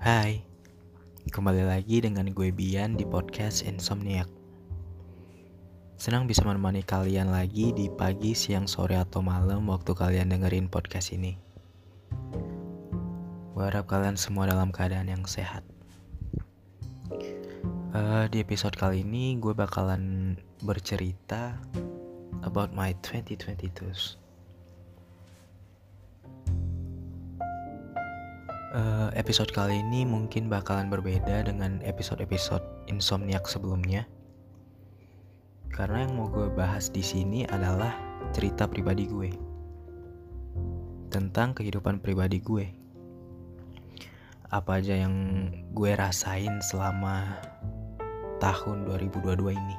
Hai, kembali lagi dengan gue Bian di podcast Insomniac. Senang bisa menemani kalian lagi di pagi, siang, sore, atau malam waktu kalian dengerin podcast ini. Gue harap kalian semua dalam keadaan yang sehat. Di episode kali ini gue bakalan bercerita about my 2022s. Episode kali ini mungkin bakalan berbeda dengan episode-episode Insomniac sebelumnya. Karena yang mau gue bahas di sini adalah cerita pribadi gue tentang kehidupan pribadi gue. Apa aja yang gue rasain selama tahun 2022 ini.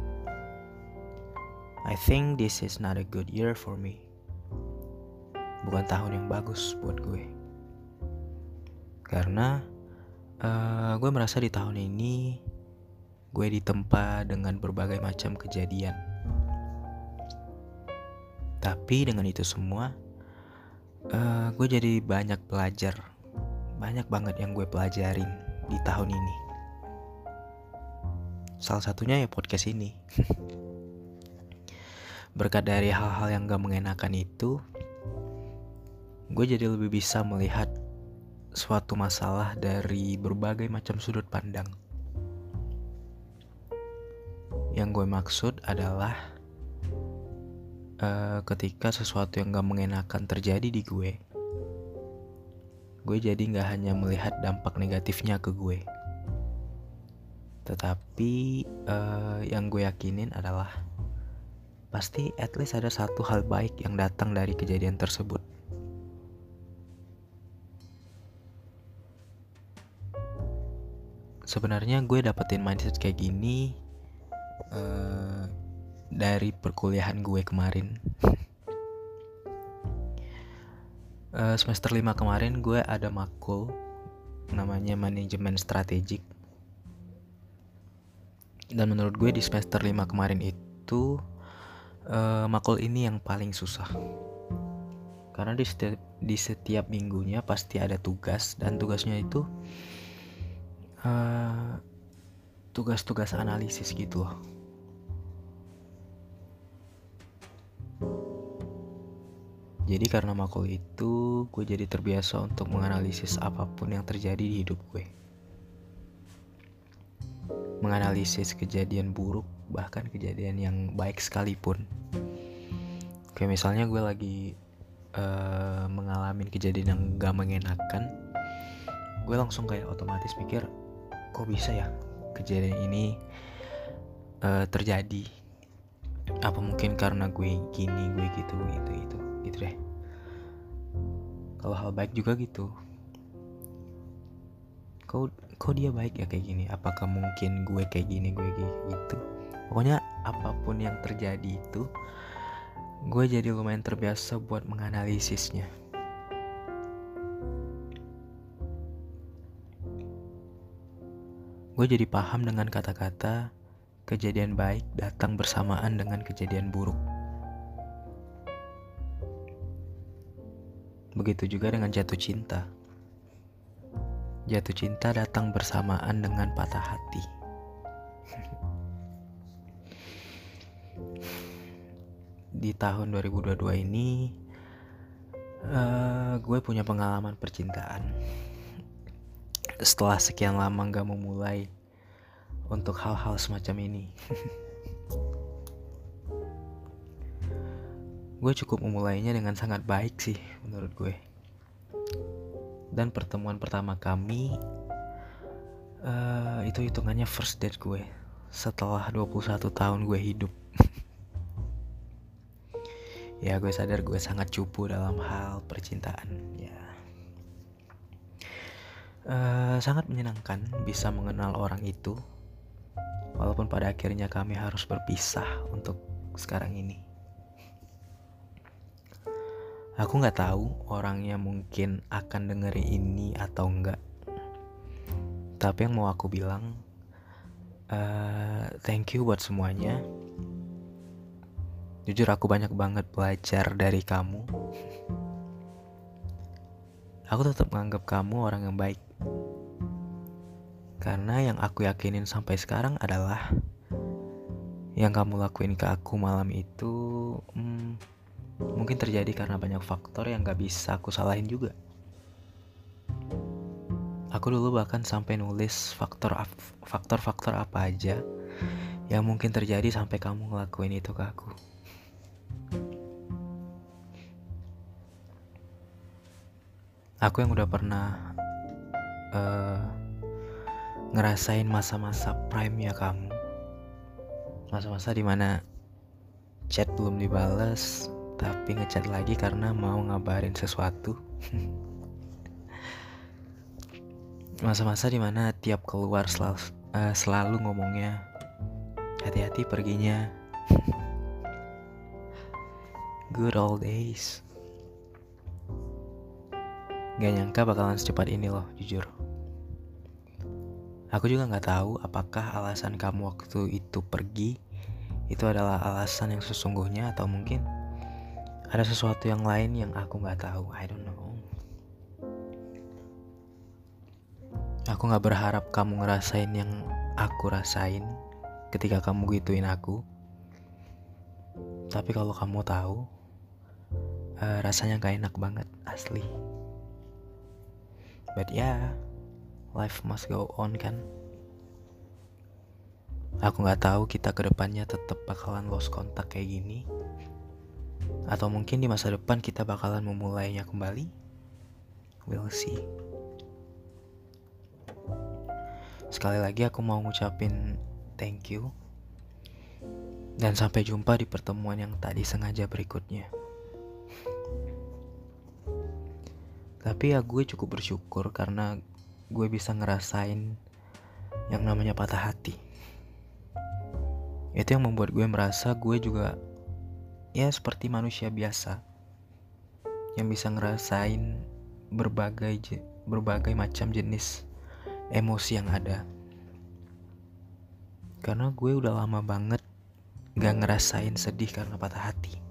I think this is not a good year for me. Bukan tahun yang bagus buat gue. Karena gue merasa di tahun ini gue ditempa dengan berbagai macam kejadian. Tapi dengan itu semua gue jadi banyak belajar. Banyak banget yang gue pelajarin di tahun ini. Salah satunya ya podcast ini. Berkat dari hal-hal yang gak mengenakan itu, gue jadi lebih bisa melihat suatu masalah dari berbagai macam sudut pandang. Yang gue maksud adalah ketika sesuatu yang gak mengenakan terjadi di gue jadi gak hanya melihat dampak negatifnya ke gue, tetapi yang gue yakinin adalah pasti at least ada satu hal baik yang datang dari kejadian tersebut. Sebenarnya gue dapetin mindset kayak gini dari perkuliahan gue kemarin. Semester 5 kemarin gue ada makul namanya manajemen strategik. Dan menurut gue di semester 5 kemarin itu makul ini yang paling susah. Karena di setiap minggunya pasti ada tugas, dan tugasnya itu tugas-tugas analisis gitu loh. Jadi karena makul itu, gue jadi terbiasa untuk menganalisis apapun yang terjadi di hidup gue. Menganalisis kejadian buruk, bahkan kejadian yang baik sekalipun. Kayak misalnya gue lagi mengalami kejadian yang gak mengenakan, gue langsung kayak otomatis mikir, kok bisa ya kejadian ini terjadi? Apa mungkin karena gue gini, gue gitu deh. Kalau hal baik juga gitu, kok dia baik ya kayak gini, apakah mungkin gue kayak gini, gue gitu. Pokoknya apapun yang terjadi itu, gue jadi lumayan terbiasa buat menganalisisnya. Gue jadi paham dengan kata-kata kejadian baik datang bersamaan dengan kejadian buruk. Begitu juga dengan jatuh cinta. Jatuh cinta datang bersamaan dengan patah hati. Di tahun 2022 ini gue punya pengalaman percintaan. Setelah sekian lama gak memulai untuk hal-hal semacam ini. Gue cukup memulainya dengan sangat baik sih menurut gue. Dan pertemuan pertama kami itu hitungannya first date gue setelah 21 tahun gue hidup. Ya gue sadar gue sangat cupu dalam hal percintaan ya. Sangat menyenangkan bisa mengenal orang itu, walaupun pada akhirnya kami harus berpisah untuk sekarang ini. Aku gak tahu orangnya mungkin akan dengerin ini atau enggak, tapi yang mau aku bilang thank you buat semuanya. Jujur aku banyak banget belajar dari kamu. Aku tetap menganggap kamu orang yang baik. Karena yang aku yakinin sampai sekarang adalah yang kamu lakuin ke aku malam itu mungkin terjadi karena banyak faktor yang gak bisa aku salahin juga. Aku dulu bahkan sampai nulis faktor-faktor apa aja yang mungkin terjadi sampai kamu ngelakuin itu ke aku. Aku yang udah pernah ngerasain masa-masa prime-nya kamu, masa-masa dimana chat belum dibales tapi ngechat lagi karena mau ngabarin sesuatu. Masa-masa dimana tiap keluar selalu ngomongnya hati-hati perginya. Good old days. Gak nyangka bakalan secepat ini loh, jujur. Aku juga gak tahu apakah alasan kamu waktu itu pergi itu adalah alasan yang sesungguhnya, atau mungkin ada sesuatu yang lain yang aku gak tahu. I don't know. Aku gak berharap kamu ngerasain yang aku rasain ketika kamu gituin aku. Tapi kalau kamu tahu, rasanya gak enak banget, asli. But yeah, life must go on kan. Aku gak tahu kita kedepannya tetap bakalan lost kontak kayak gini, atau mungkin di masa depan kita bakalan memulainya kembali. We'll see. Sekali lagi aku mau ngucapin thank you. Dan sampai jumpa di pertemuan yang tak disengaja berikutnya. Tapi ya gue cukup bersyukur karena gue bisa ngerasain yang namanya patah hati. Itu yang membuat gue merasa gue juga ya seperti manusia biasa yang bisa ngerasain berbagai macam jenis emosi yang ada. Karena gue udah lama banget gak ngerasain sedih karena patah hati.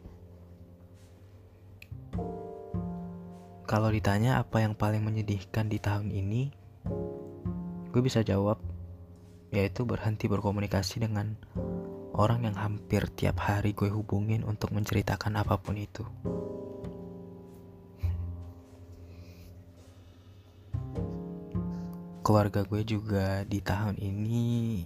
Kalau ditanya apa yang paling menyedihkan di tahun ini, gue bisa jawab, yaitu berhenti berkomunikasi dengan orang yang hampir tiap hari gue hubungin untuk menceritakan apapun itu. Keluarga gue juga di tahun ini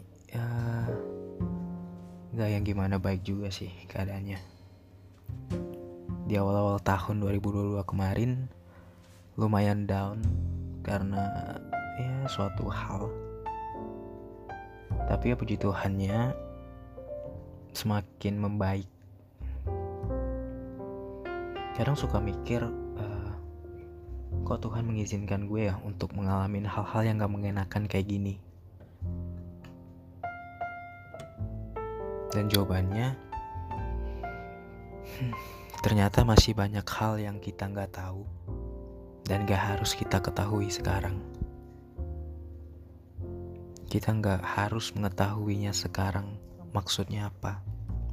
gak yang gimana baik juga sih keadaannya. Di awal-awal tahun 2022 kemarin lumayan down karena ya suatu hal. Tapi ya puji Tuhannya semakin membaik. Kadang suka mikir kok Tuhan mengizinkan gue ya untuk mengalami hal-hal yang gak mengenakan kayak gini. Dan jawabannya ternyata masih banyak hal yang kita gak tahu dan gak harus kita ketahui sekarang. Kita gak harus mengetahuinya sekarang maksudnya apa.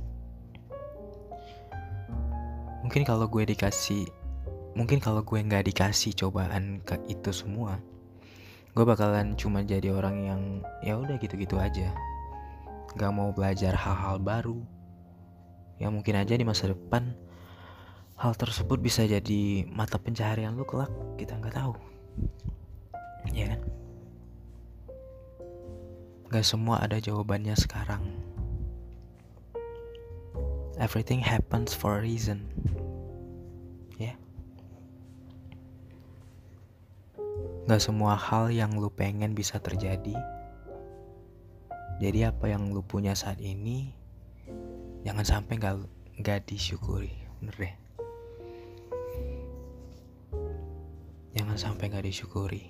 Mungkin kalau gue gak dikasih cobaan ke itu semua, gue bakalan cuma jadi orang yang ya udah gitu-gitu aja, gak mau belajar hal-hal baru. Ya mungkin aja di masa depan hal tersebut bisa jadi mata pencaharian lu kelak, kita gak tahu. Ya kan? Gak semua ada jawabannya sekarang. Everything happens for a reason. Ya. Gak semua hal yang lu pengen bisa terjadi. Jadi apa yang lu punya saat ini jangan sampai gak disyukuri. Bener deh. Jangan sampai gak disyukuri.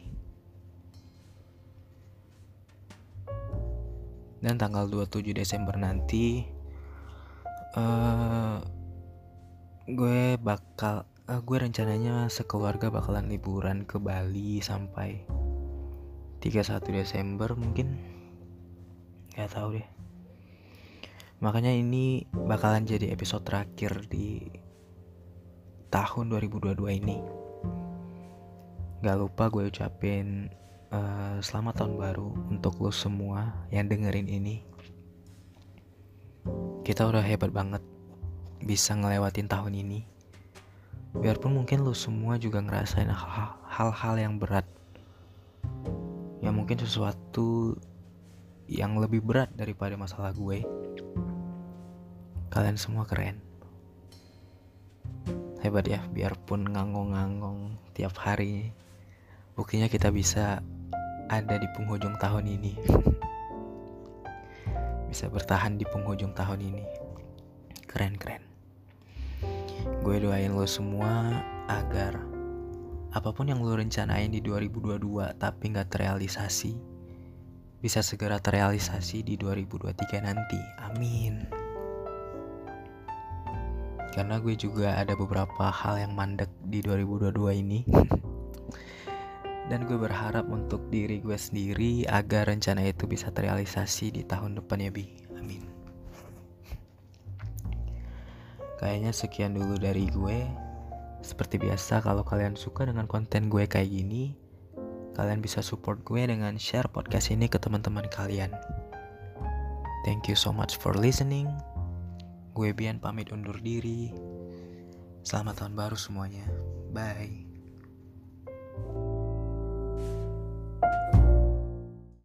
Dan tanggal 27 Desember nanti gue rencananya sekeluarga bakalan liburan ke Bali sampai 31 Desember mungkin. Gak tahu deh. Makanya ini bakalan jadi episode terakhir di tahun 2022 ini. Gak lupa gue ucapin Selamat tahun baru untuk lo semua yang dengerin ini. Kita udah hebat banget bisa ngelewatin tahun ini. Biarpun mungkin lo semua juga ngerasain hal-hal yang berat, yang mungkin sesuatu yang lebih berat daripada masalah gue. Kalian semua keren. Hebat ya, biarpun ngangong-ngangong tiap hari, buktinya kita bisa ada di penghujung tahun ini. Bisa bertahan di penghujung tahun ini. Keren. Gue doain lo semua agar apapun yang lo rencanain di 2022 tapi gak terrealisasi, bisa segera terrealisasi di 2023 nanti. Amin. Karena gue juga ada beberapa hal yang mandek di 2022 ini. Dan gue berharap untuk diri gue sendiri agar rencana itu bisa terrealisasi di tahun depan ya Bi. Amin. Kayaknya sekian dulu dari gue. Seperti biasa, kalau kalian suka dengan konten gue kayak gini, kalian bisa support gue dengan share podcast ini ke teman-teman kalian. Thank you so much for listening. Gue Bian pamit undur diri. Selamat tahun baru semuanya. Bye.